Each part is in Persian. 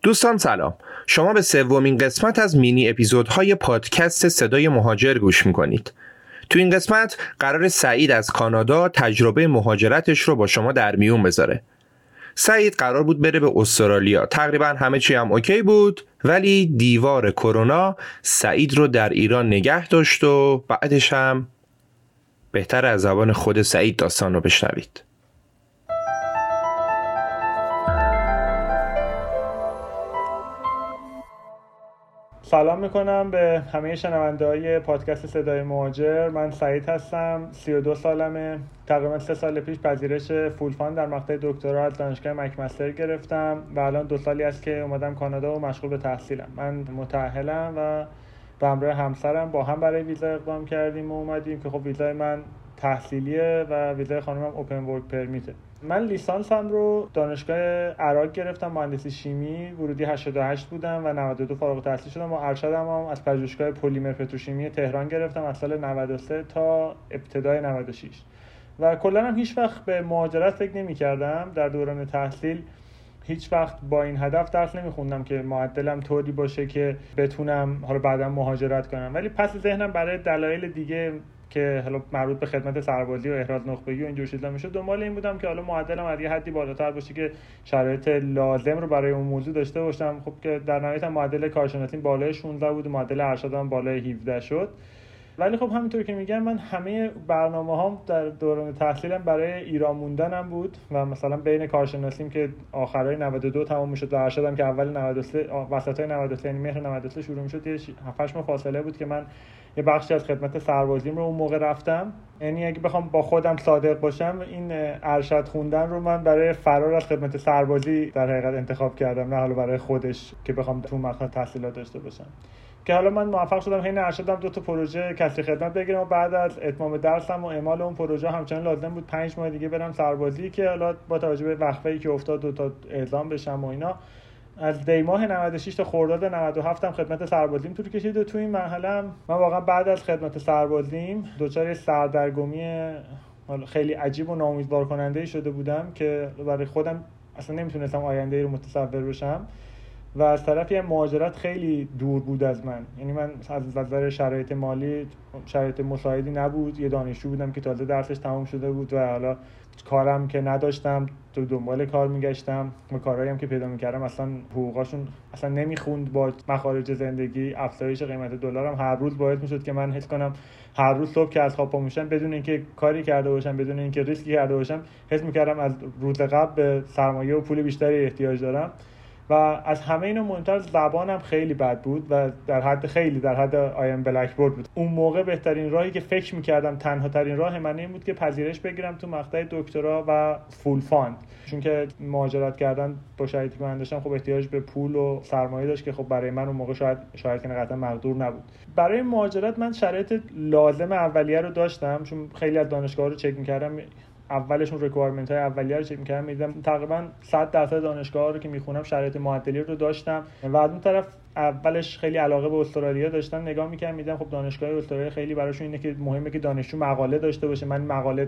دوستان سلام. شما به سومین قسمت از مینی اپیزودهای پادکست صدای مهاجر گوش میکنید. تو این قسمت قرار سعید از کانادا تجربه مهاجرتش رو با شما در میون بذاره. سعید قرار بود بره به استرالیا. تقریبا همه چی هم اوکی بود، ولی دیوار کرونا سعید رو در ایران نگه داشت و بعدش هم بهتر از زبان خود سعید داستان رو بشنوید. سلام میکنم به همه شنونده‌های پادکست صدای مهاجر. من سعید هستم، 32 سالمه. تقریبا 3 سال پیش پذیرش فول فاند در مقطع دکترا از دانشگاه مکمستر گرفتم و الان 2 سالی است که اومدم کانادا و مشغول به تحصیلم. من متأهلم و به همراه همسرم با هم برای ویزا اقدام کردیم و اومدیم که خب ویزای من تحصیلیه و ویزای خانمم اوپن ورک پرمیته. من لیسانسم رو دانشگاه عراق گرفتم، مهندسی شیمی، ورودی 88 بودم و 92 فارغ التحصیل شدم و ارشدم هم از پژوهشگاه پلیمر پتروشیمی تهران گرفتم از سال 93 تا ابتدای 96 و کلا هم هیچ وقت به مهاجرت فکر نمی‌کردم. در دوران تحصیل هیچ وقت با این هدف درس نمی‌خوندم که معدلم طوری باشه که بتونم حالا بعداً مهاجرت کنم، ولی پس ذهنم برای دلایل دیگه که حالا مربوط به خدمت سربازی و احراز نخبگی و اینجور چیزا میشه دنبال این بودم که حالا معدلم از یه حدی بالاتر باشه که شرایط لازم رو برای اون موضوع داشته باشم. خب که در نهایت معدل کارشناسیم بالای 16 بود و معدل ارشدم بالای 17 شد. ولی خب همینطور که میگم من همه برنامه‌هام در دوران تحصیلم برای ایران موندنم بود و مثلا بین کارشناسیم که آخرای 92 تمام میشد و ارشدم که اول 93 وسطای 93 یعنی مهر 93 شروع میشد، یه 7-8 ماه فاصله بود که من یه بخشی از خدمت سربازیم رو اون موقع رفتم. یعنی اگه بخوام با خودم صادق باشم این ارشد خوندن رو من برای فرار از خدمت سربازی در حقیقت انتخاب کردم، نه حالا برای خودش که بخوام تو مقطع تحصیلات داشته باشم. که حالا من موفق شدم حین ارشدم 2 تا پروژه کسری خدمت بگیرم و بعد از اتمام درسم و اعمال اون پروژه همچنان لازم بود 5 ماه دیگه برم سربازی که حالا با توجه به وقفه‌ای که افتاد 2 تا اعزام بشم و اینا از دی ماه 96 تا خرداد 97 هم خدمت سربازیم طول کشید و تو این مرحله من واقعا بعد از خدمت سربازیم دچار سردرگمی خیلی عجیب و ناامیدوار کننده شده بودم که برای خودم اصلا نمیتونستم آینده رو متصور بشم و از طرفی مهاجرت خیلی دور بود از من. یعنی من از نظر شرایط مالی شرایط مساعدی نبود، یه دانشجو بودم که تازه درسش تمام شده بود و حالا کارم که نداشتم، تو دنبال کار میگشتم و کارهایی هم که پیدا میکردم اصلا حقوقاشون اصلا نمیخوند با مخارج زندگی. افزایش قیمت دلار هم هر روز باعث میشد که من حس کنم هر روز صبح که از خواب پا میشم بدون اینکه کاری کرده باشم، بدون اینکه ریسکی کرده باشم، حس میکردم از روز قبل به سرمایه و پول بیشتری احتیاج دارم. و از همه اینا مهمتر زبانم خیلی بد بود و در حد آیم بلکبورد بود. اون موقع بهترین راهی که فکر می‌کردم تنها ترین راه من این بود که پذیرش بگیرم تو مقطع دکترا و فول فاند، چون که مهاجرت کردن با شرایطی که من داشتم خب احتیاج به پول و سرمایه داشت که خب برای من اون موقع شاید که قطعا مقدور نبود. برای مهاجرت من شرایط لازم اولیه رو داشتم، چون خیلی از دانشگاه‌ها رو چک می‌کردم، اولشون ریکوایرمنت های اولیه رو چک می‌کردم، می‌دیدم تقریبا 100% دانشگاه‌ها رو که می‌خونم شرایط معدلی رو داشتم و از اون طرف اولش خیلی علاقه به استرالیا داشتم، نگاه می‌کردم می‌دیدم خب دانشگاه استرالیا خیلی براشون اینه که مهمه که دانشجو مقاله داشته باشه. من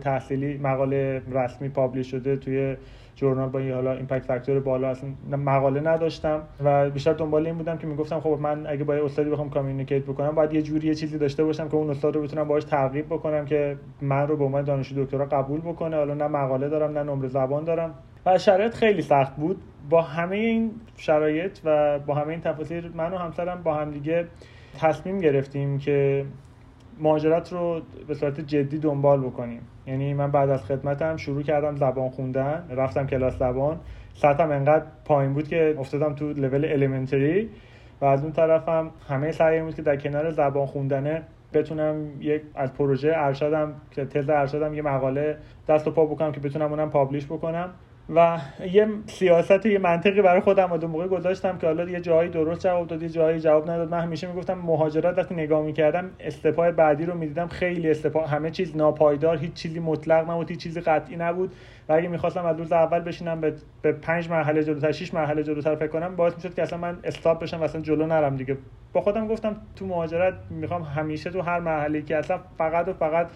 مقاله رسمی پابلیش شده توی جورنال با حالا ایمپکت فاکتور بالا اصلا مقاله نداشتم و بیشتر دنبال این بودم که میگفتم خب من اگه با استادی بخوام کامیونیکیت بکنم باید یه جوری چیزی داشته باشم که اون استاد رو بتونم باهاش ترغیب بکنم که من رو به عنوان دانشجو دکترا قبول بکنه. حالا نه مقاله دارم نه نمره زبان دارم و شرایط خیلی سخت بود. با همه این شرایط و با همه این تفاصیل من و همسرم با هم دیگه تصمیم گرفتیم که مهاجرت رو به صورت جدی دنبال بکنیم. یعنی من بعد از خدمتم شروع کردم زبان خوندن، رفتم کلاس زبان، سطحم انقدر پایین بود که افتادم تو لول الیمنتری و از اون طرفم همه سعیم بود که در کنار زبان خوندنه بتونم یک از پروژه ارشدم که تز ارشدم یه مقاله دست و پا بکنم که بتونم اونم پابلیش بکنم و یه سیاست یه منطقی برای خودم اون موقع گذاشتم که حالا یه جایی درست جواب داد یه جایی جواب نداد. من همیشه میگفتم مهاجرت وقتی نگاه میکردم استپای بعدی رو میدیدم خیلی استپا، همه چیز ناپایدار، هیچ چیزی مطلق نبود، هیچ چیزی قطعی نبود و اگه میخواستم از روز اول بشینم به 5 مرحله جلوتر 6 مرحله جلوتر فکر کنم باعث میشد که اصلا من استاپ بشم و اصلا جلو نرم دیگه. با خودم گفتم تو مهاجرت میخوام همیشه تو هر مرحله‌ای که اصلا فقط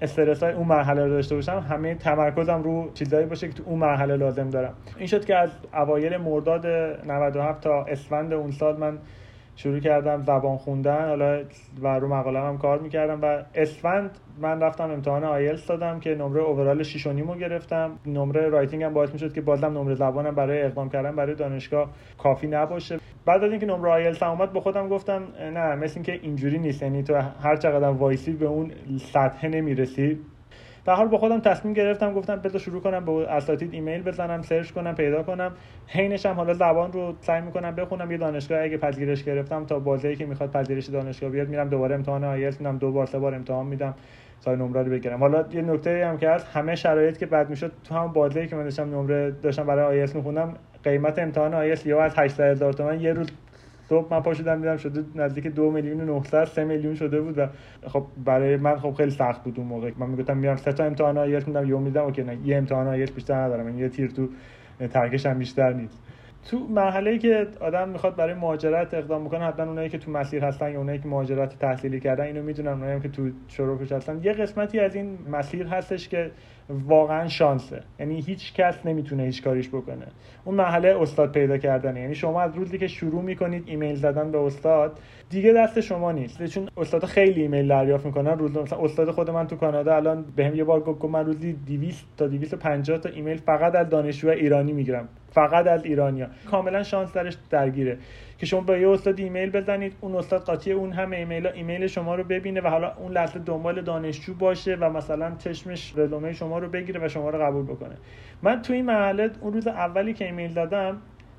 استرس‌های اون مرحله رو داشته باشم، همه تمرکزم رو چیزایی باشه که تو اون مرحله لازم دارم. این شد که از اوایل مرداد 97 تا اسفند اون سال من شروع کردم زبان خوندن، حالا و رو مقاله‌ام هم کار می‌کردم و اسفند من رفتم امتحان آیلتس دادم که نمره اوورال 6.5 رو گرفتم. نمره رایتینگ هم باعث می‌شد که بازم نمره زبانم برای اقدام کردن برای دانشگاه کافی نباشه. بعد از اینکه نمره آیلتس اومد با خودم گفتم نه، مثل اینکه اینجوری نیست، یعنی تو هر چقدر وایسی به اون سطح نمیرسی. در حال با خودم تصمیم گرفتم، گفتم بذار شروع کنم به اساتید ایمیل بزنم، سرچ کنم، پیدا کنم، حینش هم حالا زبان رو سعی میکنم بخونم. یه دانشگاه اگه پذیرش گرفتم تا بازی که میخواد پذیرش دانشگاه بیاد میرم دوباره امتحان آیلتس میدم، 2 بار 3 بار امتحان میدم تا نمره رو بگیرم. حالا یه نکته هم که هست، همه شرایط که بعد میشد تو هم بازی که من داشتم نمره داشتم برای آیلتس میخوندم، قیمت امتحان آیلتس یا از 800,000 تومان یه روز صبح من پا شدم دیدم شده نزدیک 2,900,000 3 میلیون شده بود و خب برای من خب خیلی سخت بود اون موقع. من میگفتم میرم 3 تا امتحان آیلتس میدم، یهو میدم اوکی نه یه امتحان آیلتس بیشتر ندارم، یعنی یه تیر تو ترکش هم بیشتر نیست. تو مرحله‌ای که آدم میخواد برای مهاجرت اقدام بکنه، حتما اونایی که تو مسیر هستن یا اونایی که مهاجرت تحصیلی کردن اینو میدونن، اونایی که تو شروعش هستن، یه قسمتی از این مسیر هستش که واقعا شانسه، یعنی هیچ کس نمیتونه هیچ کاریش بکنه. اون مرحله استاد پیدا کردنه، یعنی شما از روزی که شروع میکنید ایمیل زدن به استاد دیگه دست شما نیست، چون استاد خیلی ایمیل دریافت میکنن. روز مثلا استاد خود من تو کانادا الان بهم یه بار گفت من روزی 200 تا 250 تا ایمیل فقط از دانشجوی ایرانی میگیرم، فقط از ایرانیا. کاملا شانس درش درگیره که شما به یه استاد ایمیل بزنید، اون استاد قاطی اون همه ایمیل شما رو ببینه و حالا اون لحظه دنبال دانشجو باشه و مثلا چشمش رزومه شما رو بگیره و شما رو قبول بکنه. من تو این مرحله اون روز اولی که ایمیل دادم،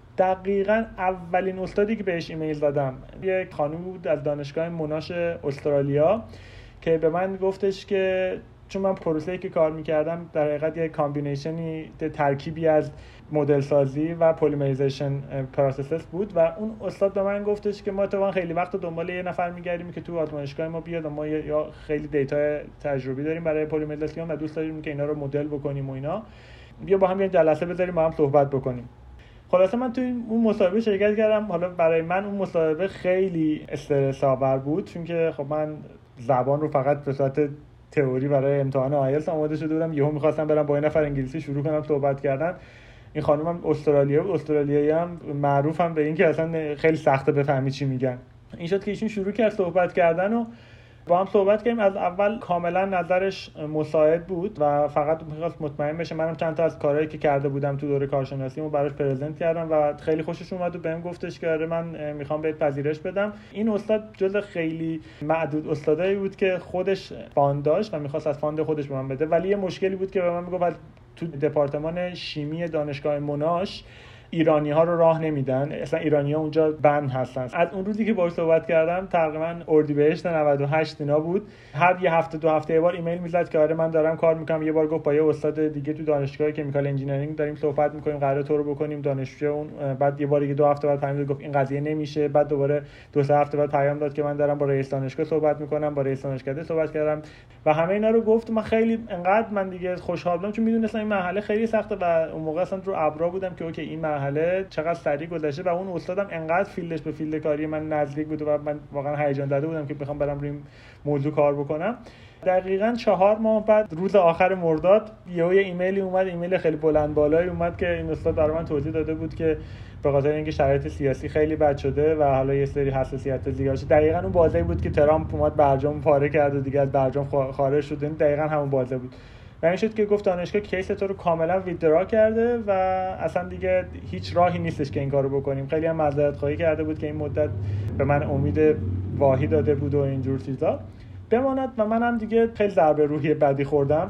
دقیقاً اولین استادی که بهش ایمیل دادم یک خانم بود از دانشگاه موناش استرالیا که به من گفتش که چون من پروسه‌ای که کار می‌کردم در حقیقت یک کامبینیشنی، ترکیبی از مدل سازی و پلیمریزیشن پروسسز بود و اون استاد به من گفتش که ما تو خیلی وقت دنبال یه نفر می‌گردیم که تو آزمایشگاه ما بیاد و ما یا خیلی دیتا تجربی داریم برای پلیمریزیشن و دوست داریم که اینا رو مدل بکنیم و اینا، بیا با هم یه جلسه بذاریم با هم صحبت بکنیم. خلاصه من توی اون مصاحبه شرکت کردم. حالا برای من اون مصاحبه خیلی استرس آور بود، چون که خب من زبان رو فقط به صورت تئوری برای امتحان آیلتس آماده شده بودم، یهو می‌خواستم برم با این نفر انگلیسی شروع کنم صحبت کردن. این خانم هم استرالیایی هم معروفم به این که اصلا خیلی سخته بفهمی چی میگن. این شد که ایشون شروع کرد صحبت کردن و با هم صحبت کردیم. از اول کاملا نظرش مساعد بود و فقط می‌خواست مطمئن بشه. منم چند تا از کارهایی که کرده بودم تو دوره کارشناسیمو براش پرزنت کردم و خیلی خوشش اومد و بهم گفتش که آره من میخوام بهت پذیرش بدم. این استاد جزء خیلی معدود استادایی بود که خودش فاند داشت و می‌خواست از فاند خودش به من بده، ولی یه مشکلی بود که به من میگفت تو دپارتمان شیمی دانشگاه موناش ایرانی‌ها رو راه نمیدن، اصلا ایرانی‌ها اونجا بند هستن. از اون روزی که باهاش صحبت کردم تقریبا اردیبهشت 98 اینا بود، هر یه هفته 2 هفته یه بار ایمیل میزد که آره من دارم کار میکنم. یه بار گفت با یه استاد دیگه تو دانشگاه کمیکال انجینیرینگ داریم صحبت میکنیم، قراره تو رو بکنیم دانشجو اون. بعد یه بار دیگه 2 هفته بعد پیام داد گفت این قضیه نمیشه. بعد دوباره 2-3 هفته بعد پیام داد که من دارم با رئیس دانشگاه صحبت میکنم، با رئیس دانشکده صحبت کردم و همه اینا رو گفت. من خیلی انقدر من دیگه خوشحال بودم چون میدونستم این مرحله خیلی سخته و اون موقع اصلا رو ابرا بودم که اوکی این مرحله چقدر سریع گذشته و اون استادم انقدر فیلدش به فیلد کاری من نزدیک بود و من واقعا هیجان زده بودم که بخوام برم روی موضوع کار بکنم. دقیقاً 4 ماه بعد روز آخر مرداد یه ایمیلی اومد، ایمیل خیلی بلند بالایی اومد که این استاد برای من توضیح داده بود که به خاطر اینکه شرایط سیاسی خیلی بد شده و حالا یه سری حساسیت زیاد شده. دقیقاً اون بازی بود که ترامپ اومد برجام پاره کرد و دیگه از برجام خارج شد. دقیقاً همون بازی بود. و این شد که گفت دانشگاه کیس تو رو کاملا ویدرا کرده و اصلا دیگه هیچ راهی نیستش که این کارو بکنیم. خیلی هم معذرت خواهی کرده بود که این مدت به من امید واهی داده بود و اینجور چیزا بماند و منم دیگه خیلی ضربه روحی بدی خوردم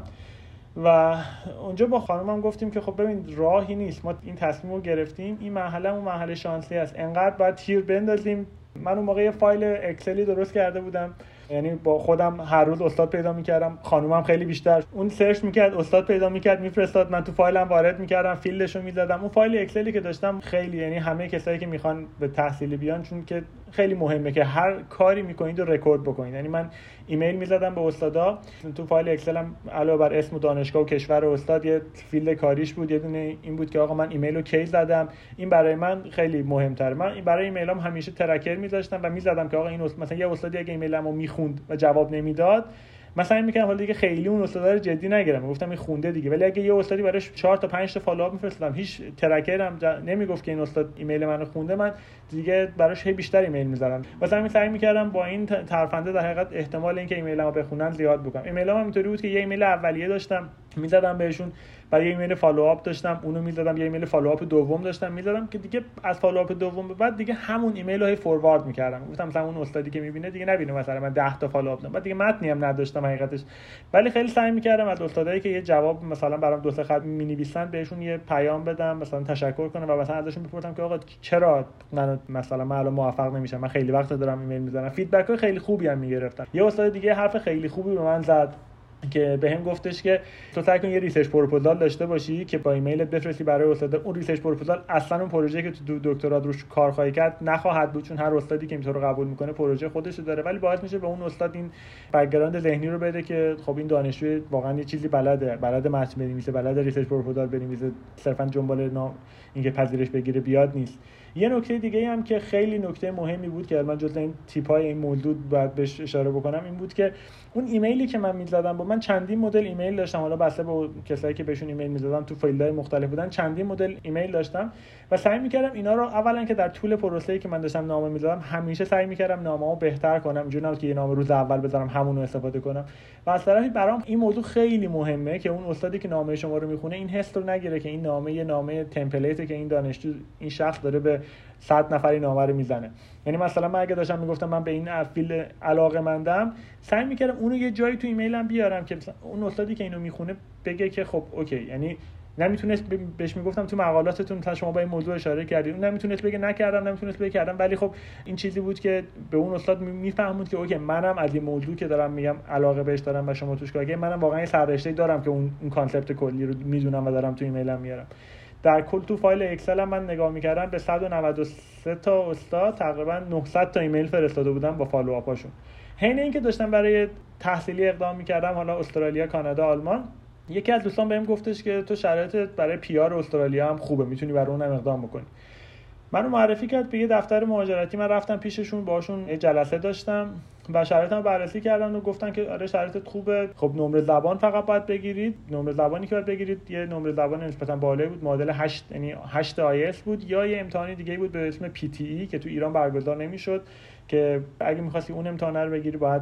و اونجا با خانمم گفتیم که خب ببین راهی نیست، ما این تصمیم رو گرفتیم، این مرحله اون مرحله شانسی است، انقدر باید تیر بندازیم. من اون موقع یه فایل اکسلی درست کرده بودم، یعنی با خودم هر روز استاد پیدا می‌کردم، خانومم خیلی بیشتر اون سرچ می‌کرد، استاد پیدا می‌کرد میفرستاد، من تو فایلم وارد می‌کردم، فیلدشو می‌زدم. اون فایل اکسلی که داشتم خیلی، یعنی همه کسایی که میخوان به تحصیلی بیان، چون که خیلی مهمه که هر کاری می‌کنید رو رکورد بکنید. یعنی من ایمیل می‌زدم به استادا، تو فایل اکسلم علاوه بر اسم دانشگاه و کشور استاد یه فیلد کاریش بود، یه دونه این بود که آقا من ایمیل رو کی زدم. این برای من خیلی مهم‌تره. من برای ایمیلام همیشه ترکر می‌ذاشتم و می‌زدم که آقا این مثلا یه استادی اگه ایمیلمو می‌خوند و جواب نمیداد، من سعی می‌کردم حالا دیگه خیلی اون استاد رو جدی نگیرم، گفتم این خونده دیگه. ولی اگه یه استادی براش 4 تا 5 تا فالوآپ می‌فرستادم، هیچ ترکرم نمیگفت که این استاد ایمیل منو خونده، من دیگه براش هی بیشتر ایمیل می‌زدم. واسه همین سعی می‌کردم با این ترفنده در حقیقت احتمال اینکه ایمیلمو بخونن زیاد بکنم. ایمیلام اینطوری بود که یه ایمیل اولیه داشتم می‌زدم بهشون، بعد یه ایمیل فالوآپ داشتم اونو می‌زدم، یه ایمیل فالوآپ دوم داشتم می‌زدم که دیگه از فالوآپ دوم به بعد دیگه همون ایمیل رو هی فوروارد می‌کردم. گفتم مثلا اون استادی که می‌بینه دیگه نبینه مثلا من 10 تا فالوآپ دادم، بعد دیگه متنی هم نداشتم حقیقتش. ولی خیلی سعی می‌کردم از استادایی که یه جواب مثلا برام 2-3 خط می‌نویسن بهشون یه پیام بدم، مثلا تشکر کنم و مثلا ازشون بپرسم که آقا چرا من الان موفق نمیشم، من خیلی وقت دارم ایمیل می‌زنم. فیدبک‌های خیلی خوبی هم می‌گرفتم. یه استاد دیگه حرف خیلی خوبی به من زد که بهم گفتش که تو سعی کن یه ریسرچ پروپوزال داشته باشی که با ایمیلت بفرستی برای استاد. اون ریسرچ پروپوزال اصلا اون پروژه که تو دکترات روش کار خواهی کرد نخواهد بود، چون هر استادی که اینطور رو قبول میکنه پروژه خودش داره، ولی باعث میشه به اون استاد این بک‌گراند ذهنی رو بده که خب این دانشجو واقعا یه چیزی بلد متن بنویسه، بلد ریسرچ پروپوزال بنویسه، صرفا جنبال اینکه پذیرش بگیره بیاد نیست. یه نکته دیگه هم که خیلی نکته مهمی بود که من جزء این تیپ‌های این موضوع باید بهش اشاره بکنم این بود که اون ایمیلی که من می‌زدم، با من چندین مدل ایمیل داشتم، حالا بسته به کسایی که بهشون ایمیل می‌زدم تو فایل‌های مختلف بودن، چندین مدل ایمیل داشتم و سعی می‌کردم اینا رو اولا که در طول پروسه‌ای که من داشتم نامه می‌زدم همیشه سعی می‌کردم نامه‌مو بهتر کنم، اینجوری نبود که یه نامه روز اول بذارم همون رو استفاده کنم. و از طرفی برام این موضوع خیلی مهمه که اون استادی که نامه شما رو می‌خونه این حس رو نگیره که این نامه یه نامه تمپلیته که این دانشجو این شخص داره به 100 نفری نامه رو میزنه. یعنی مثلا من اگه داشتم میگفتم من به این فیلد علاقه‌مندم، سعی می‌کردم اونو یه جایی تو ایمیلم بیارم که مثلا اون استادی که اینو میخونه بگه که خب اوکی، یعنی نمیتونست بهش میگفتم تو مقالاتتون مثلا شما با این موضوع اشاره کردید، اون نمیتونست بگه نکردم، نمیتونست بگه کردم، ولی خب این چیزی بود که به اون استاد میفهموند که اوکی منم از این موضوع که دارم میگم علاقه بهش دارم و شما توش کار کردید، منم واقعا یه سررشته‌ای دارم که اون کانسپت کلی رو میدونم و دارم تو ایمیلم میارم. در کل تو فایل اکسل هم من نگاه میکردم به 193 تا استاد تقریبا 900 تا ایمیل فرستاده بودم با فالوآپاشون. حین اینکه داشتم برای تحصیلی اقدام میکردم، حالا استرالیا، کانادا، آلمان، یکی از دوستان بهم گفتش که تو شرایطت برای پیار استرالیا هم خوبه، میتونی برای اونم اقدام بکنی. منو معرفی کرد به یه دفتر مهاجرتی، من رفتم پیششون، باهاشون یه جلسه داشتم و شرایطمو بررسی کردن و گفتن که آره شرایطت خوبه، خب نمره زبان فقط باید بگیرید. نمره زبانی که باید بگیرید یه نمره زبان نسبتا بالایی بود، معادل 8 یعنی 8 آیلتس بود، یا یه امتحانی دیگه بود به اسم PTE که تو ایران برگزار نمیشد که اگه می‌خواستی اون امتحان رو بگیری باید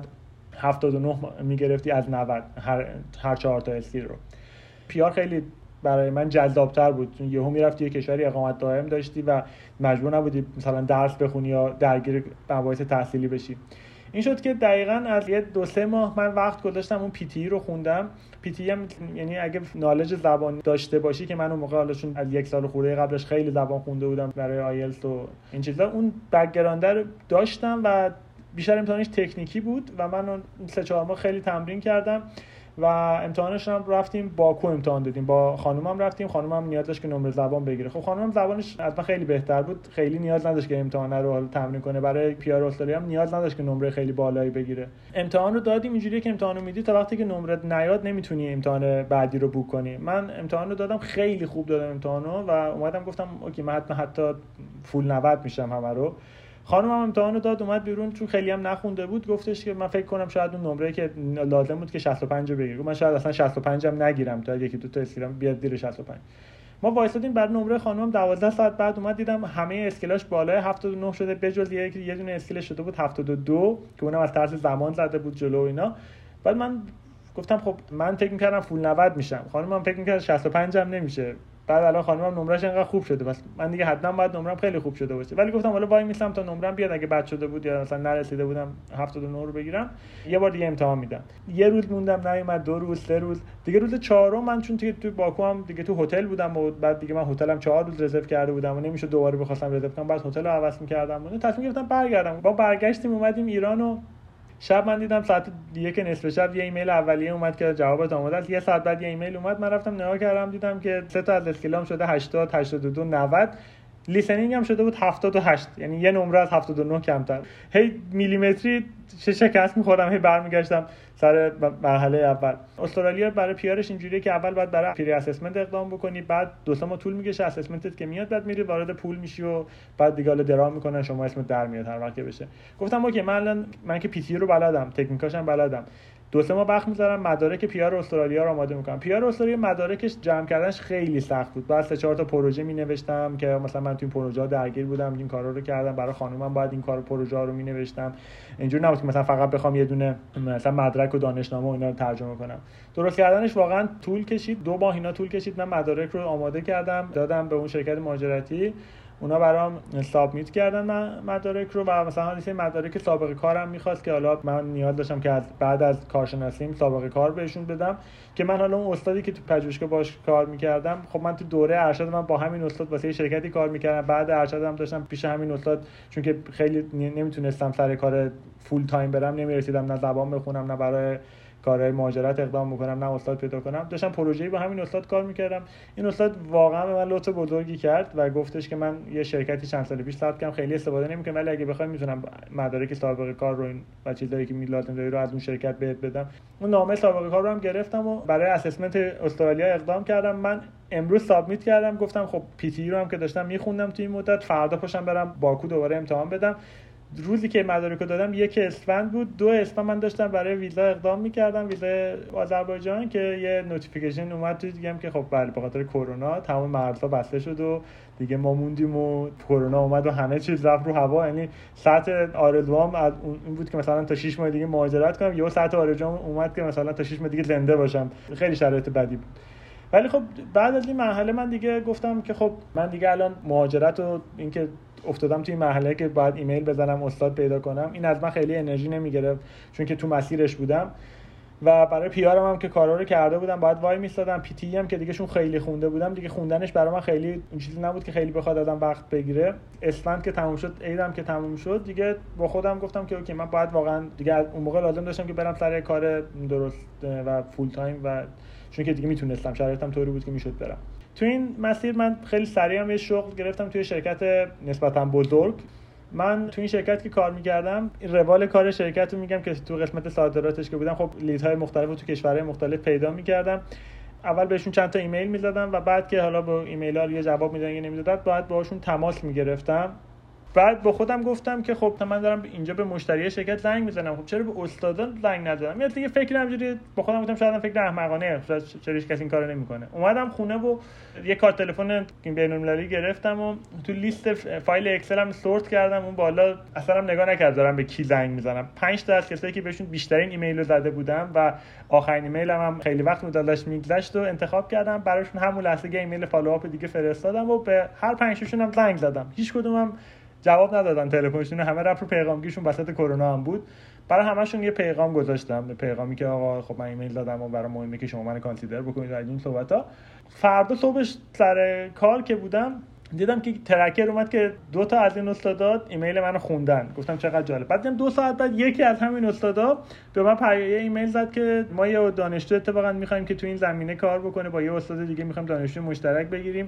79 میگرفتی از 90 هر 4 تا اسکیل رو. پیار خیلی برای من جذاب‌تر بود، چون یهو میرفتی یه کشوری اقامت دائم داشتی و مجبور نبودی مثلا درس بخونی یا درگیر مباحث تحصیلی بشی. این شد که دقیقاً از یه 2-3 ماه من وقت گذاشتم اون PTE رو خوندم. PTE هم یعنی اگه نالج زبان داشته باشی که من اون موقع حالشون از 1 سال خورده قبلش خیلی زبان خونده بودم برای آیلتس و این چیزا، اون بک‌گراند رو داشتم و بیشتر امتحانش تکنیکی بود و من اون 3-4 ماه خیلی تمرین کردم و امتحانش هم رفتیم باکو امتحان دادیم، با خانومم رفتیم، خانومم نیاز داشت که نمره زبان بگیره. خب خانومم زبانش از من خیلی بهتر بود، خیلی نیاز نداشت که امتحان رو حالا تمرین کنه. برای پیار استرالیا هم نیاز نداشت که نمره خیلی بالایی بگیره. امتحان رو دادیم، اینجوریه که امتحان رو میدی تا وقتی که نمرت نیاد نمیتونی امتحان بعدی رو بوک کنی. من امتحان رو دادم، خیلی خوب دادم امتحانو و اومدم گفتم اوکی من حتی فول 90 میشم همه رو. خانمم امتحان رو داد اومد بیرون، چون خیلی هم نخونده بود، گفتش که من فکر کنم شاید اون نمره که لازم بود که 65 رو بگیره، من شاید اصلا 65 هم نگیرم تا یکی دو تا اسکیلم بیاد زیر 65. ما وایسادیم بعد نمره خانمم 12 ساعت بعد اومد دیدم همه اسکیلاش بالای 79 شده، بجز یه دونه اسکیل شده بود 72 که اونم از طرز زمان زده بود جلو اینا. بعد من گفتم خب من فکر می‌کردم فول 90 میشم، خانمم فکر می‌کرد 65 هم نمیشه. بعد الان خانمم نمرهش انقدر خوب شده، بس من دیگه حتما باید نمرم خیلی خوب شده باشه. ولی گفتم حالا وای میسم تا نمرم بیاد، اگه بد شده بود یا مثلا نرسیده بودم 79 رو بگیرم، یه بار دیگه امتحان میدم. یه روز موندم نیومد، 2 روز 3 روز دیگه، روز 4م من چون تو باکو هم دیگه تو هتل بودم و بعد دیگه من هتلم 4 روز رزرو کرده بودم و نمیشه دوباره بخواستم رزرو کنم، بعد هتل رو عوض می‌کردم و تصمیم گرفتم برگردم. با برگشتیم اومدیم ایران و شب من دیدم ساعت 1 نصف شب یه ایمیل اولیه اومد که جوابت آماده است. یه ساعت بعد یه ایمیل اومد، من رفتم نگاه کردم دیدم که 3 تا از اسکیلام شده 80 82 90، لیسنینگ هم شده بود 78، یعنی یه نمره از 79 کمتر. هی میلیمتری شکست می‌خوردم، هی برمیگشتم سر مرحله اول. استرالیا برای پیارش اینجوریه که اول باید برای پری اسسمنت اقدام بکنی، بعد 2 ماه طول میکشه اسسمنتت که میاد، بعد میری وارد پول میشی و بعد دیگه حالا درام میکنن شما اسمت در میاد هر وقت بشه. گفتم اوکی من که PTE رو بلدم، تکنیکاشم بلدم، 2-3 ماه وقت می‌ذارم مدارک پی‌آر استرالیا رو آماده می‌کنم. پی‌آر استرالیا مدارکش جمع کردنش خیلی سخت بود. بعد 3-4 تا پروژه می‌نوشتم که مثلا من تو این پروژه‌ها درگیر بودم، این کارا رو کردم، برای خانومم باید این کار پروژه‌ها رو می‌نوشتم. اینجوری نبود که مثلا فقط بخوام یه دونه مثلا مدرک و دانشنامه و اینا رو ترجمه کنم. درست کردنش واقعا طول کشید. 2 ماه اینا طول کشید. من مدارک رو آماده کردم، دادم به اون شرکت مهاجرتی. اونا برام سابمیت کردن مدارک رو و مثلا یه مدارک سابقه کارم می‌خواست که حالا من نیاز داشتم که بعد از کارشناسیم سابقه کار بهشون بدم که من حالا اون استادی که تو پژوهشگاه باش کار می‌کردم، خب من تو دوره ارشد من با همین استاد واسه شرکتی کار می‌کردم. بعد ارشدم داشتم پیش همین استاد، چون که خیلی نمیتونستم سر کار فول تایم برم، نمی‌رسیدم نه زبان بخونم نه برای کارهای مهاجرت اقدام بکنم نه استاد پیدا کنم. داشتم پروژه‌ای با همین استاد کار می‌کردم. این استاد واقعا به من لطف بزرگی کرد و گفتش که من یه شرکتی چند سال پیش ثبت کردم، خیلی استفاده نمی‌کنم ولی اگه بخوام میتونم مدارک سابقه کار رو و چیزایی که لازم داری رو از اون شرکت بهت بدم. اون نامه سابقه کار رو هم گرفتم و برای اسسمنت استرالیا اقدام کردم. من امروز سابمیت کردم، گفتم خب پی تی رو هم که داشتم می‌خوندم تو این مدت، فردا پاشم برم باکو دوباره امتحان بدم. روزی که مدارکو دادم 1 اسفند بود. 2 اسفند من داشتم برای ویزا اقدام می‌کردم، ویزا آذربایجان، که یه نوتیفیکیشن اومد تو دیگه که خب بله به خاطر کرونا تمام مرزها بسته شد و دیگه ما موندیم و کرونا اومد و همه چیز رفت رو هوا. یعنی سطح آرزوام از این بود که مثلا تا 6 ماه دیگه مهاجرت کنم، یهو سطح آرزوام اومد که مثلا تا 6 ماه دیگه زنده باشم. خیلی شرایط بدی بود. ولی خب بعد از این مرحله من دیگه گفتم که خب من دیگه الان مهاجرت و اینکه افتادم توی مرحله که باید ایمیل بزنم استاد پیدا کنم، این از من خیلی انرژی نمیگرفت چون که تو مسیرش بودم و برای پیارم هم که کارا رو کرده بودم باید وای میستادم. پی تی هم که دیگه شون خیلی خونده بودم، دیگه خوندنش برای من خیلی این چیزی نبود که خیلی بخواد ازم وقت بگیره. اسفند که تموم شد، عیدم که تموم شد، دیگه با خودم گفتم که اوکی من باید واقعا دیگه اون موقع لازم داشتم که برم سر کار درست و فول تایم و چون که دیگه میتونستم، شرایطم طوری بود که میشد برم. تو این مسیر من خیلی سریع یه شغل گرفتم توی شرکت نسبتاً بزرگ. من تو این شرکت که کار می‌کردم، روال کار شرکت رو میگم که تو قسمت صادراتش که بودم، خب لیدهای مختلف رو تو کشورهای مختلف پیدا می‌کردم. اول بهشون چند تا ایمیل می‌زدم و بعد که حالا با ایمیل‌ها یه جواب میدادن یا نمیدادن، بعد باهاشون تماس می‌گرفتم. بعد با خودم گفتم که خب من دارم اینجا به مشتری شرکت زنگ میزنم، خب چرا به استادان زنگ نزدم؟ یه فکر همینجوری با خودم گفتم شاید فکر احمقانه، چرا هیچ کسی این کارو نمیکنه. اومدم خونه و یه کارت تلفن بین‌المللی گرفتم و تو لیست فایل اکسل هم سورت کردم. اون بالا اصلا هم نگاه نکردم دارم به کی زنگ میزنم. 5 تا از کسایی که بهشون بیشترین ایمیل رو زده بودم و آخرین ایمیلم هم خیلی وقت مدلش میگذشت و انتخاب کردم، براشون همون لحظه یه ایمیل فالوآپ دیگه فرستادم و به هر 5 تاشون هم زنگ زدم. هیچ کدومم جواب ندادن، تلفنشون همه رفت رو پیغامگیشون، وسط کرونا هم بود. برای همه‌شون یه پیغام گذاشتم، پیغامی که آقا خب من ایمیل دادم و برای مهمه که شما منو کانسیدر بکنید از این صحبتا. فردا صبحش سر کار که بودم دیدم که ترکر اومد که 2 تا از این استادات ایمیل منو خوندن. گفتم چقدر جالب. بعد دیدم 2 ساعت بعد یکی از همین استادا به من ایمیل زد که ما یه دانشجو اتفاقا می‌خوایم که تو این زمینه کار بکنه، با یه استاد دیگه می‌خوایم دانشجو مشترک بگیریم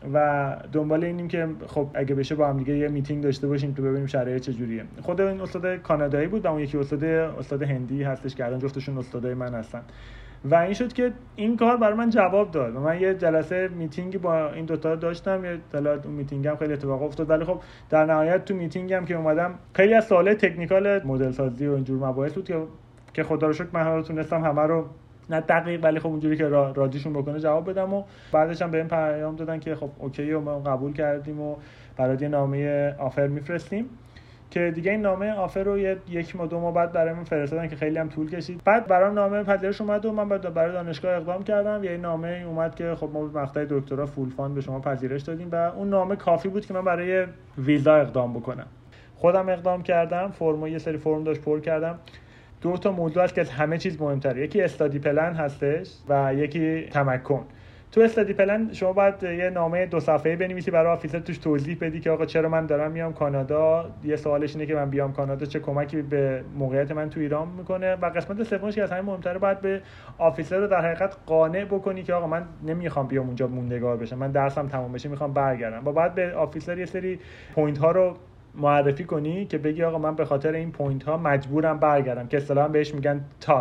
و دنبال اینیم که خب اگه بشه با هم دیگه یه میتینگ داشته باشیم تو ببینیم شرایط چجوریه. خود این استاد کانادایی بود و اون یکی استاد هندی هستش که الان جفتشون استادای من هستن. و این شد که این کار برای من جواب داد و من یه جلسه میتینگی با این دوتا داشتم. یه اون میتینگم خیلی اتفاق افتاد ولی خب در نهایت تو میتینگم که اومدم خیلی از سوالای تکنیکال مدل سازی و اینجور مباحث بود که خدا رو شکر من حالا تونستم همه رو نه دقیق ولی خب اونجوری که راضیشون بکنه جواب بدم و بعدش هم بهم پیام دادن که خب اوکی و ما قبول کردیم و برات یه نامه آفر میفرستیم که دیگه این نامه آفر رو 1 ماه 2 ماه بعد برام فرستادن که خیلی هم طول کشید. بعد برام نامه پذیرش اومد و من برای دانشگاه اقدام کردم. یه نامه اومد که خب ما به مقطع دکترا فول فاند به شما پذیرش دادیم و اون نامه کافی بود که من برای ویزا اقدام بکنم. خودم اقدام کردم، یه سری فرم داشت پر کردم. 2 تا موضوع هست که از همه چیز مهمتره، یکی استادی پلن هستش و یکی تمکن. تو استادی پلن شما باید یه نامه 2 صفحه‌ای بنویسی برای آفیسر، توش توضیح بدی که آقا چرا من دارم میام کانادا، یه سوالش اینه که من بیام کانادا چه کمکی به موقعیت من تو ایران میکنه و قسمت سومش که از همه مهمتره باید به آفیسر رو در حقیقت قانع بکنی که آقا من نمیخوام بیام اونجا موندگار بشم، من درسم تمام بشه میخوام برگردم. باید به آفیسر یه سری پوینت ها رو معرفی کنی که بگی آقا من به خاطر این پوینت ها مجبورم برگردم که اصطلاحاً بهش میگن تای.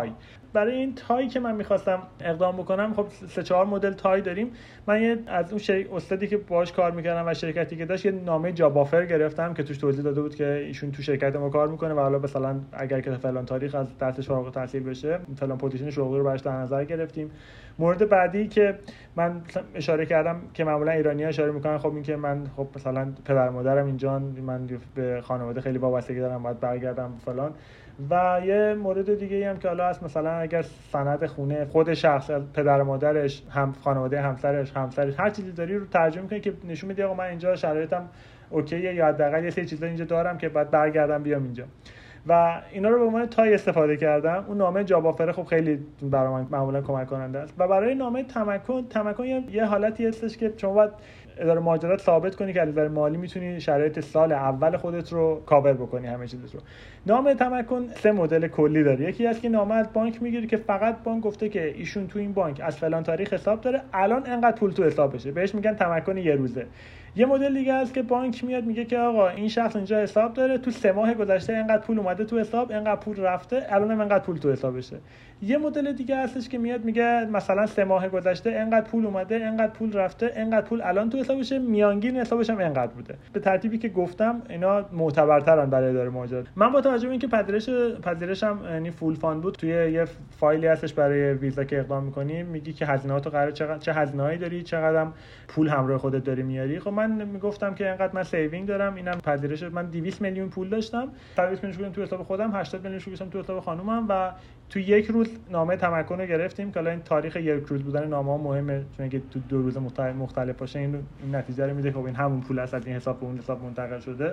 برای این تایی که من می‌خواستم اقدام بکنم، خب 3-4 مدل تای داریم. من از اون استادی که باهاش کار می‌کردم و شرکتی که داشت یه نامه جاب آفر گرفتم که توش توضیح داده بود که ایشون تو شرکت ما کار می‌کنه و حالا مثلا اگر که فلان تاریخ از دستش فارغ التحصیل بشه فلان پوزیشن شغلی رو براش در نظر گرفتیم. مورد بعدی که من اشاره کردم که معمولا ایرانی‌ها اشاره می‌کنن، خب این که من خب مثلا پدر مادرم اینجان، من به خانواده خیلی وابستگی دارم، باید برگردم فلان. و یه مورد دیگه هم که حالا هست، مثلا اگر سند خونه خود شخص، پدر مادرش، هم خانواده همسرش هر چیزی داری رو ترجمه کنی که نشون میده آقا من اینجا شرایطم اوکیه یا حداقل یه سری چیزا اینجا دارم که بعد برگردم بیام اینجا. و اینا رو به عنوان تای استفاده کردم. اون نامه جاب آفر خب خیلی برای من معمولا کمک کننده است. و برای نامه تمکن یه حالتی هستش که شما باید اداره مهاجرت ثابت کنی که از نظر مالی میتونی شرایط سال اول خودت رو کاور بکنی، همه چیزت رو. نامه تمکن 3 مدل کلی داره. یکی هست که نامه از بانک میگیری که فقط بانک گفته که ایشون تو این بانک از فلان تاریخ حساب داره، الان انقدر پول تو حسابشه، بهش میگن تمکن یه روزه. یه مدل دیگه هست که بانک میاد میگه که آقا این شخص اینجا حساب داره، تو 3 ماه گذشته انقدر پول اومده تو حساب، انقدر پول رفته، الان هم انقدر پول تو حسابشه. یه مدل دیگه هستش که میاد میگه مثلا 3 ماه گذشته انقدر پول اومده، انقدر پول رفته، انقدر پول الان تو حسابشه، میانگین حسابش هم انقدر بوده. به ترتیبی که گفتم اینا معتبرترن برای اداره مهاجرت. من با توجه به اینکه پذیرشم یعنی فول فاند بود، توی یه فایلی هستش برای ویزا که اقدام می‌کنی میگی که هزینه‌هاتو قراره چه هزینه‌ای داری، چقدرم پول همراه خودت داری میاری. خب من میگفتم که انقدر من سیوینگ دارم، اینم پذیرش، من 200 میلیون پول داشتم، 120 میلیون تو حساب خودم، 80 میلیون گذاشتم تو حساب خانومم و تو یک روز نامه تمکن رو گرفتیم که الان این تاریخ یک روز بودن نامه ها مهمه، چون اگه تو 2 روز مختلف باشه این نتیجه رو میده. خب این همون پول است، از این حساب به اون حساب منتقل شده.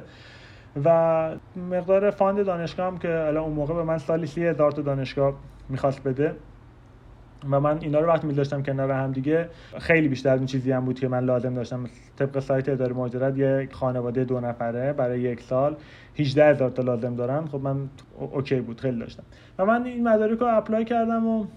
و مقدار فاند دانشگاه هم که الان اون موقع به من سالی 30,000 تا دانشگاه می‌خواست بده و من اینا رو وقتی می‌ذاشتم کنار هم دیگه خیلی بیشتر از اون چیزی هم بود که من لازم داشتم. طبق سایت اداره مهاجرت یک خانواده 2 نفره برای 1 سال 18,000 تا لازم دارن. خب من اوکی بود، خیلی داشتم و من این مدارک رو اپلای کردم و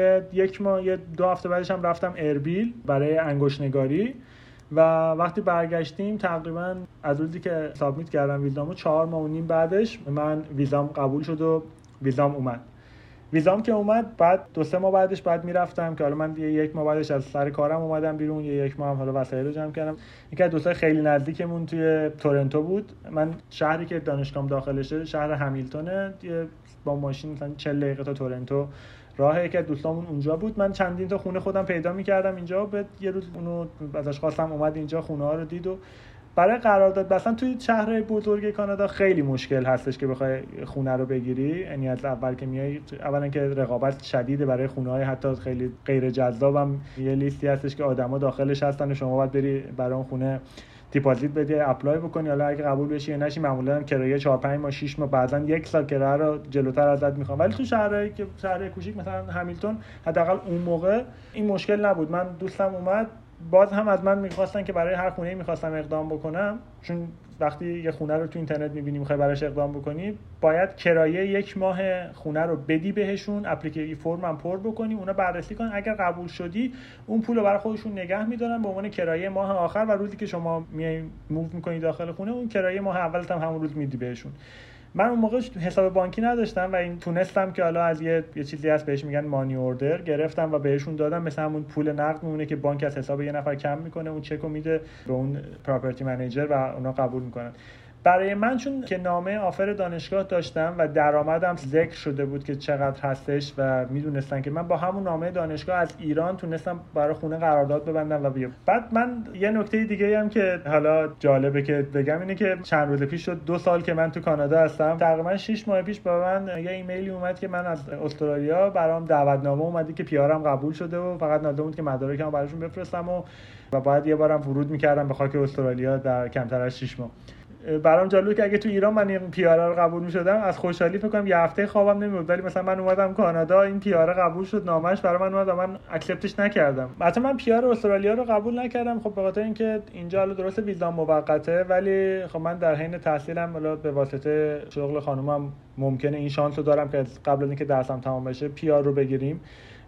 یک ماه 2 هفته بعدش هم رفتم اربیل برای انگشت‌نگاری و وقتی برگشتیم تقریبا از روزی که سابمیت کردم ویزامو 4 ماه و نیم بعدش من ویزام قبول شد و ویزام اومد. ویزام که اومد بعد 2-3 ماه بعدش بعد میرفتم که حالا من 1 ماه بعدش از سر کارم اومدم بیرون، 1 ماه هم حالا وسایل رو جمع کردم. یکی از دوستای خیلی نزدیکمون توی تورنتو بود. من شهری که دانشگاهم داخلشه شهر همیلتونه، با ماشین مثلا 40 دقیقه تا تورنتو راه. یکی از دوستامون اونجا بود. من چندین تا خونه خودم پیدا می‌کردم اینجا. بعد یه روز اونو ازش خواستم، اومد اینجا خونه ها رو دید و برای قرارداد مثلا توی شهرهای بزرگ کانادا خیلی مشکل هستش که بخوای خونه رو بگیری. یعنی از اول که میای، اولا که رقابت شدیده برای خونه‌های حتی خیلی غیر جذابم، یه لیستی هستش که آدما داخلش هستن و شما باید بری برای اون خونه دیپازیت بدی، اپلای بکنی. حالا اگه قبول بشی یا نشی معمولا کرایه 4-5 ماه 6 ماه بعضا 1 سال کرایه رو جلوتر ازت میخوام. ولی تو شهرهای کوچیک مثلا همیلتون حداقل اون موقع این مشکل نبود. من دوستم اومد، باز هم از من می‌خواستن که برای هر خونه‌ای می‌خواستم اقدام بکنم، چون وقتی یه خونه رو تو اینترنت می‌بینی می‌خوای براش اقدام بکنی باید کرایه 1 ماه خونه رو بدی بهشون، اپلیکیشن فرم هم پر بکنی، اونا بررسی کنن. اگر قبول شدی اون پول رو برای خودشون نگه می‌دارن به عنوان کرایه ماه آخر و روزی که شما میای موو می‌کنی داخل خونه اون کرایه ماه اولت هم همون روز میدی بهشون. من اون موقع حساب بانکی نداشتم و این تونستم که حالا از یه چیزی هست بهش میگن مانی اوردر گرفتم و بهشون دادم، مثلا همون پول نقد میمونه که بانک از حساب یه نفر کم میکنه، اون چک رو میده به اون پراپرتی منیجر و اونا قبول میکنن. برای من چون که نامه آفر دانشگاه داشتم و درآمدم ذکر شده بود که چقدر هستش و میدونستن که من با همون نامه دانشگاه از ایران تونستم برای خونه قرارداد ببندم و بیام. بعد من یه نکته دیگه هم که حالا جالبه که بگم اینه که چند روز پیش شد 2 سال که من تو کانادا هستم. تقریبا 6 ماه پیش به من یه ایمیلی اومد که من از استرالیا برام دعوتنامه اومدی که پیارم قبول شده و فقط لازم بود که مدارکم براشون بفرستم و بعد یه بارم ورود می‌کردم به خاک استرالیا در کمتر از 6 ماه. برام جالبه که اگه تو ایران من این پیاره رو قبول می‌شدم از خوشحالی فکر کنم یه هفته خوابم نمی‌برد، ولی مثلا من اومدم کانادا این پیاره قبول شد، نامش برای من اومد و من اکسپتش نکردم. مثلا من پیاره استرالیا رو قبول نکردم، خب به خاطر اینکه اینجا حالا درست ویزا موقته، ولی خب من در حین تحصیلم حالا به واسطه شغل خانومم ممکنه این شانس رو دارم که قبل از اینکه درسم تمام بشه پیار رو بگیریم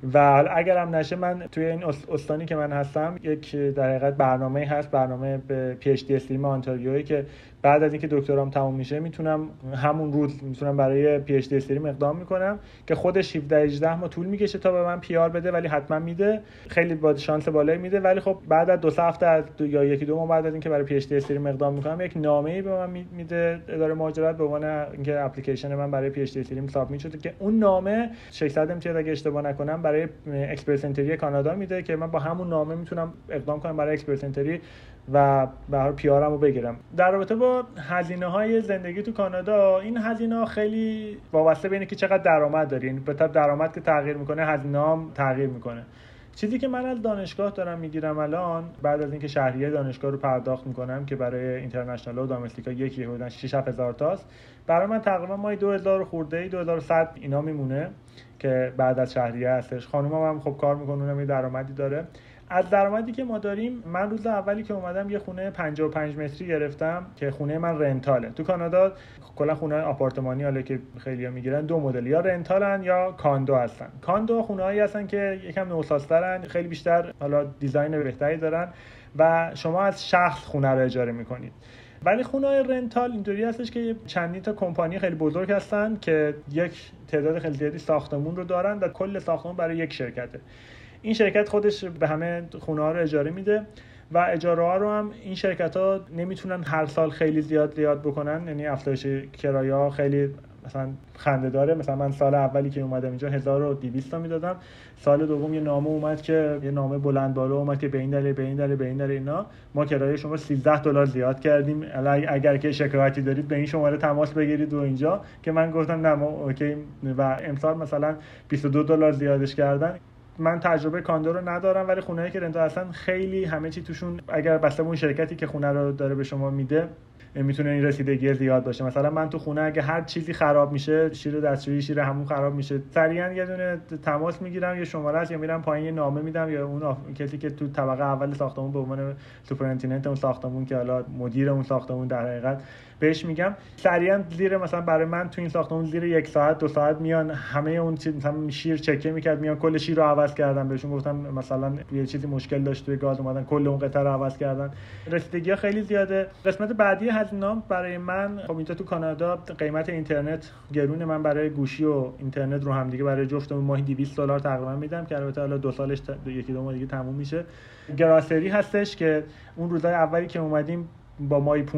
و اگر هم نشه من توی این استانی که من هستم یک در حقیقت برنامه هست، برنامه به پی اچ دی استریم آنتاریویی که بعد از اینکه دکترام تموم میشه میتونم همون روز برای پی اچ دی استریم اقدام میکنم که خودش 17-18 ماه طول میکشه تا به من پی آر بده، ولی حتما میده، خیلی با شانس بالایی میده. ولی خب بعد از 2 هفته یا 1-2 ماه بعد از اینکه برای پی اچ دی استریم اقدام میکنم یک نامه‌ای به من میده اداره مهاجرت به عنوان اینکه اپلیکیشن من برای پی اچ دی استریم سابمیت شده، که اون نامه 600 امتیاز اگه اشتباه نکنم برای اکسپرس انتری کانادا میده که من با همون نامه میتونم اقدام کنم برای اکسپرس انتری و برای پی آرمو بگیرم. در رابطه با هزینه‌های زندگی تو کانادا، این هزینه‌ها خیلی وابسته به اینه که چقدر درآمد داری، یعنی به طب درآمد که تغییر میکنه هزینه‌ام تغییر میکنه. چیزی که من از دانشگاه دارم میگیرم الان، بعد از اینکه شهریه دانشگاه رو پرداخت میکنم که برای اینترنشنال و دامستیکا یکی حدود 6-7 هزار تاست، برای من تقریبا ماهی 2000 خورده 2100 اینا میمونه که بعد از شهریه هستش. خانومم هم خب کار میکنه، اونم یه درآمدی داره. از درآمدی که ما داریم، من روز اولی که اومدم یه خونه 55 متری گرفتم که خونه من رنتاله. تو کانادا کلا خونه آپارتمانی حالا که خیلی‌ها میگیرن 2 مدل، یا رنتالن یا کاندو هستن. کاندو خونه‌هایی هستن که یکم نوسازترن، خیلی بیشتر حالا دیزاین بهتری دارن و شما از شخص خونه رو اجاره میکنید. ولی خونه‌های رنتال اینطوری هستش که چندین تا کمپانی خیلی بزرگ هستن که یک تعداد خیلی زیادی ساختمون رو دارن و کل ساختمون برای یک شرکته. این شرکت خودش به همه خونه‌ها رو اجاره میده و اجاره‌ها رو هم این شرکت‌ها نمیتونن هر سال خیلی زیاد بکنن، یعنی افزایش کرایه‌ها خیلی مثلا خنده داره. مثلا من سال اولی که اومدم اینجا 1200 تا میدادم، سال دوم یه نامه اومد که یه نامه بلند بالا اومد که به این دلیل اینا ما کرایه شما $13 زیاد کردیم، اگر که شکایتی دارید به این شماره تماس بگیرید. و اینجا که من گفتم نه ما اوکی، و امسال مثلا $22 زیادش کردن. من تجربه کاندو رو ندارم، ولی خونه‌ای که رنتال هستن خیلی همه چی توشون اگر بسته به اون شرکتی که خونه رو داره به شما میده میتونه این رسیدگی زیاد باشه. مثلا من تو خونه اگه هر چیزی خراب میشه، شیر دستشویی، شیر همون خراب میشه، سریعا یه دونه تماس میگیرم، یه شماره است، یا میرم پایین یه نامه میدم، یا اون کسی که تو طبقه اول ساختمون به عنوان سوپرینتندنت اون ساختمون که حالا مدیر اون ساختمون در حقیقت بهش میگم، سریعا زیر مثلا برای من تو این ساختمون زیر 1 ساعت 2 ساعت میان همه اون چیز، مثلا شیر چکه میکرد، میان کل شیر رو عوض کردن. بهشون گفتم مثلا یه چیزی مشکل داشت توی گاز، اومدن کل اون قطعه رو عوض کردن. رسیدگی خیلی زیاده. قسمت بعدی هزینه‌ام برای من، خب اینجا تو کانادا قیمت اینترنت گرونه. من برای گوشی و اینترنت رو هم دیگه برای جفتمون ماهی $200 تقریبا میدم که البته حالا 2 سالش 1-2 ماه دیگه تموم میشه. گراسری هستش که اون روزهای اولی که اومدیم با ماهی $500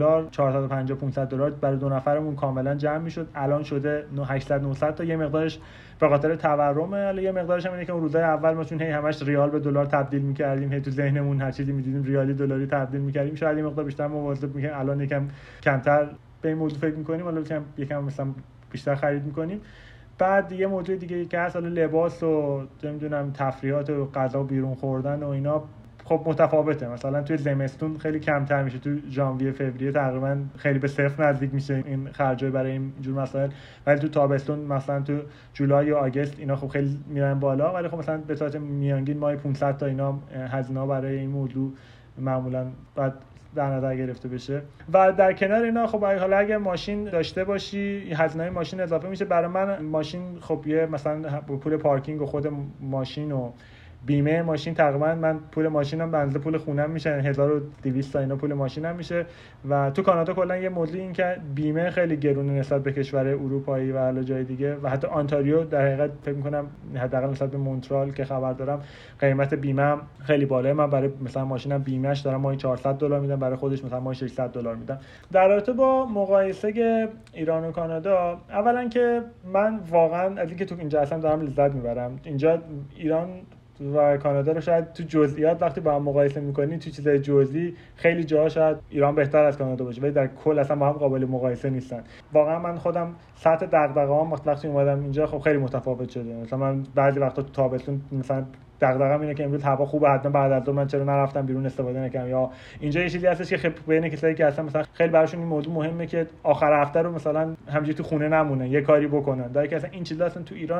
$450-500 برای 2 نفرمون کاملا جمع میشد. الان شده 800-900 تا. یه مقدارش به خاطر تورمه، حالا یه مقدارش هم اینه که اون روزهای اول ما چون هی همش ریال به دلار تبدیل می‌کردیم، هی تو ذهنمون هر چیزی می‌دیدیم ریالی دلاری تبدیل می‌کردیم، شاید یه مقدار بیشتر مواظب می‌کنیم. الان یکم کمتر به این موضوع فکر می‌کنیم، حالا یکم مثلا بیشتر خرید می‌کنیم. بعد یه موضوع دیگه که هست، حالا لباس و نمیدونم تفریحات و غذا و بیرون خوردن و اینا خب متفاوته. مثلا توی زمستون خیلی کمتر میشه، تو ژانویه فوریه تقریبا خیلی به صفر نزدیک میشه این خرجای برای این جور مسائل، ولی تو تابستون مثلا تو جولای و آگوست اینا خب خیلی میرن بالا. ولی خب مثلا به صورت میانگین ماهی 500 تا اینا هزینه‌ها برای این موضوع معمولا بعد در نظر گرفته بشه. و در کنار اینا خب حالا اگه ماشین داشته باشی هزینه‌های ماشین اضافه میشه. برای من ماشین خب یه مثلا پول پارکینگ و خود ماشین و بیمه ماشین، تقریبا من پول ماشینم به اندازه پول خونم میشه، 1200 تا اینا پول ماشینم میشه. و تو کانادا کلا یه موضوع این که بیمه خیلی گرونه نسبت به کشور اروپایی و حالا جای دیگه، و حتی آنتاریو در حقیقت فکر می‌کنم حداقل نسبت به مونترال که خبر دارم قیمت بیمه خیلی بالاه. من برای مثلا ماشینم بیمه‌اش دارم ماهی $400 میدم، برای خودش مثلا ماهی $600 میدم. در رابطه با مقایسه ایران و کانادا، اولا که من واقعا از اینکه تو اینجا هستم دارم لذت میبرم. اینجا ایران و کانادا رو شاید تو جزئیات وقتی با هم مقایسه می‌کنی، تو چیزای جزئی خیلی جاها شاید ایران بهتر از کانادا باشه، ولی در کل اصلا با هم قابل مقایسه نیستن. واقعا من خودم سطح دغدغه‌ام وقتی اومدم اینجا خب خیلی متفاوت شده. مثلا من بعضی وقتا تو تابستون مثلا دغدغه‌م اینه که امروز هوا خوبه، حتما بعد از ظهر من چرا نرفتم بیرون استفاده نکردم. یا اینجا یه چیزی هستش که خب بین کسایی که اصلا مثلا خیلی براشون این موضوع مهمه که آخر هفته رو مثلا همینجوری تو خونه نمونن، یه کاری بکنن، در حالی که اصلا این چیزا اصلا تو ایران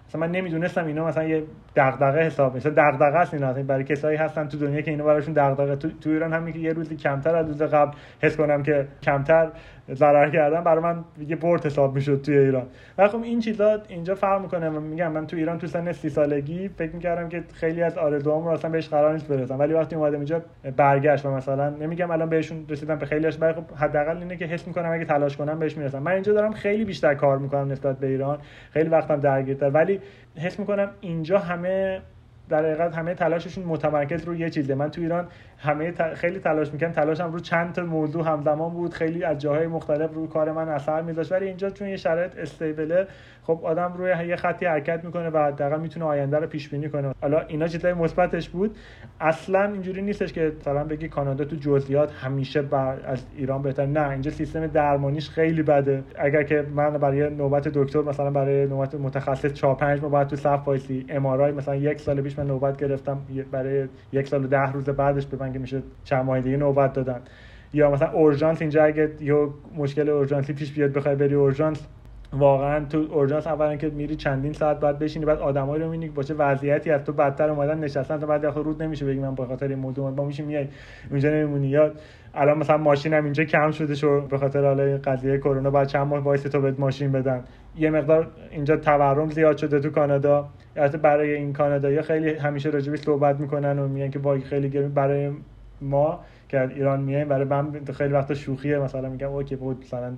مثلا من نمیدونستم اینا مثلا یه دغدغه حساب میشه. دغدغه است اینا، برای کسایی هستن تو دنیا که اینا براشون دغدغه. تو ایران همین که یه روزی کمتر از روز قبل حس کنم که کمتر ضرر کردم، برای من یه برد حساب میشد توی ایران. و خب این چیزا اینجا فرق میکنه. من میگم من تو ایران تو سن 30 سالگی فکر میکردم که خیلی از آرزوام رو اصلا بهش قرار نیست برسم، ولی وقتی اومدم اینجا برگشت و مثلا نمیگم الان بهشون رسیدم، به خیلیاش ولی خب حداقل اینه که حس میکنم اگه تلاش کنم بهش میرسم. من اینجا دارم خیلی بیشتر کار میکنم نسبت به ایران، خیلی وقتم درگیرتر، ولی حس میکنم اینجا همه در حقیقت همه تلاششون متمرکز رو یه چیزه. من تو ایران خیلی تلاش میکنم، تلاشم رو چند تا موضوع همزمان بود، خیلی از جاهای مختلف روی کار من اثر میذاشت، ولی اینجا چون یه شرایط استیبله، خب آدم روی یه خطی حرکت میکنه و حداقل میتونه آینده رو پیش بینی کنه. حالا اینا چیزای مثبتش بود. اصلا اینجوری نیستش که مثلا بگی کانادا تو جزئیات همیشه از ایران بهتر، نه، اینجا سیستم درمانیش خیلی بده. اگر که من برای نوبت دکتر مثلا برای نوبت متخصص 4-5 ماه بعد تو صف وایسی، ام آر آی مثلا یک سال پیش من نوبت گرفتم، برای 1 سال و 10 روز بعدش به من که میشه چند ماه دیگه نوبت دادن. یا مثلا اورژانس اینجا اگه یه مشکل اورژانسی پیش بیاد بخوای بری اورژانس، واقعا تو اورژانس اولا که میری چندین ساعت بعد بشینی، بعد آدمایی رو میبینی با چه وضعیتی از تو بدتر اومدن نشستن، تا بعد آخر رود نمیشه بگی من به خاطر این موضوع با میشی میای اونجا نمیمونی. یا الان مثلا ماشینم اینجا کم شده شو به خاطر حالا این قضیه کرونا، بعد چند ماه وایس تو بهت ماشین بدن. یه مقدار اینجا تورم زیاد شده تو کانادا. البته برای این کانادایی‌ها خیلی همیشه راجبش صحبت میکنن و میگن که وای خیلی گرون. برای ما که از ایران میایم، برای من خیلی وقتا شوخیه، مثلا میگم اوکی بود مثلا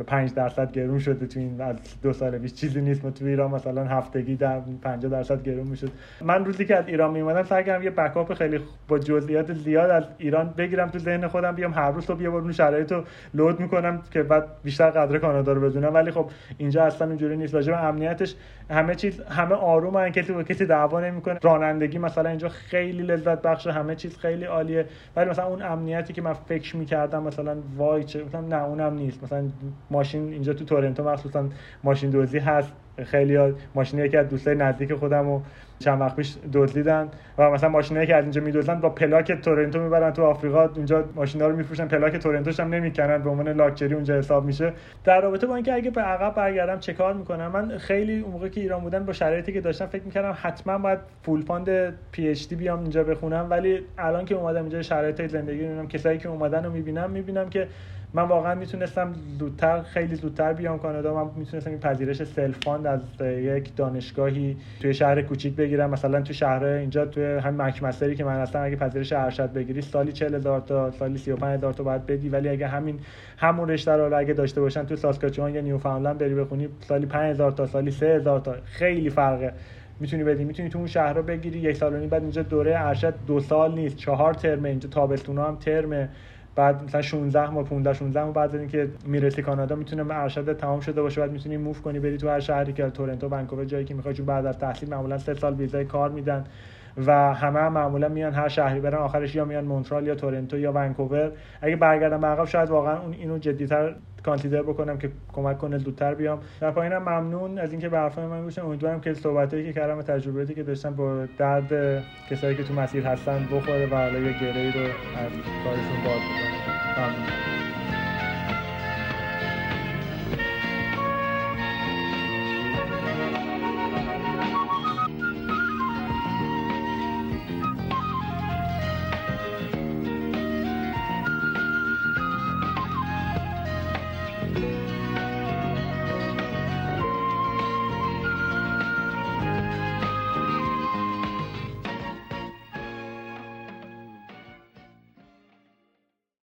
5% گرون شده تو این از 2 سال پیش، چیزی نیست. ما تو ایران مثلا هفتگی در 50% گرون میشد. من روزی که از ایران میومدم سعی کردم یه بکاپ خیلی با جزئیات زیاد از ایران بگیرم تو ذهن خودم، بیام هر روز صبح یه بار اون شرایطو لود میکنم که بعد بیشتر قدر کانادا رو بدونم. ولی خب اینجا اصلا اینجوری نیست. راجع به امنیتش همه چیز همه آرومن، کسی دعوا نمیکنه. رانندگی مثلا اینجا خیلی لذت بخشه، همه چیز خیلی عالیه. ولی مثلا اون امنیتی که من فکر می‌کردم مثلا وای چه مثلا نه اونم نیست. مثلا ماشین اینجا تو تورنتو مخصوصا ماشین دزدی هست. خیلی ماشینی که از دوستای نزدیک خودمو چند وقت پیش دزدیدن و مثلا ماشینایی که از اینجا میدزدن با پلاک تورنتو میبرن تو آفریقا، اونجا ماشینا رو میفروشن، پلاک تورنتوش هم نمیکنن، به عنوان لاکچری اونجا حساب میشه. در رابطه با اینکه اگه به عقب برگردم چه کار میکنم، من خیلی اون موقع که ایران بودن با شرایطی که داشتم فکر میکردم حتما باید فول فاند پی اچ دی بیام اینجا بخونم. ولی الان که اومدم اینجا شرایط زندگی میبینم، کسایی که اومدن رو میبینم که من واقعا میتونستم خیلی زودتر بیام کانادا. من میتونستم این پذیرش سلف فاند از یک دانشگاهی توی شهر کوچیک بگیرم. مثلا تو شهر اینجا توی همین مکمستری که من هستم، اگه پذیرش ارشد بگیری سالی 40,000 تا سالی 35,000 تا باید بدی. ولی اگه همون رشته رو اگه داشته باشن تو ساسکاچوان یا نیوفاندلند بری بخونی، سالی 5,000 تا سالی 3,000 تا، خیلی فرقه. میتونی بدی، میتونی تو اون شهر رو بگیری 1 سال و نیم. بعد اینجا دوره ارشد 2 سال نیست، 4 ترمه. اینجا تابستونا هم ترمه. بعد مثلا 16 ماه 15-16 ماه بعد از اینکه میرسی کانادا میتونه ارشد تمام شده باشه، بعد میتونی موو کنی بری تو هر شهری که تورنتو، ونکوور، جایی که میخوای. چون بعد از تحصیل معمولا 3 سال ویزای کار میدن و همه معمولا میان هر شهری برن، آخرش یا میان مونترال یا تورنتو یا ونکوور. اگه برگردم به عقب شاید واقعا اینو جدی‌تر کانسیدر بکنم که کمک کنه زودتر بیام. در پایینم ممنون از اینکه به حرفای من گوش دادین. امیدوارم که صحبتایی که کردم و تجربیاتی که داشتم با درد کسایی که تو مسیر هستن بخوره و حالا یه گره‌ای رو از کارشون باز بکنه. ممنون.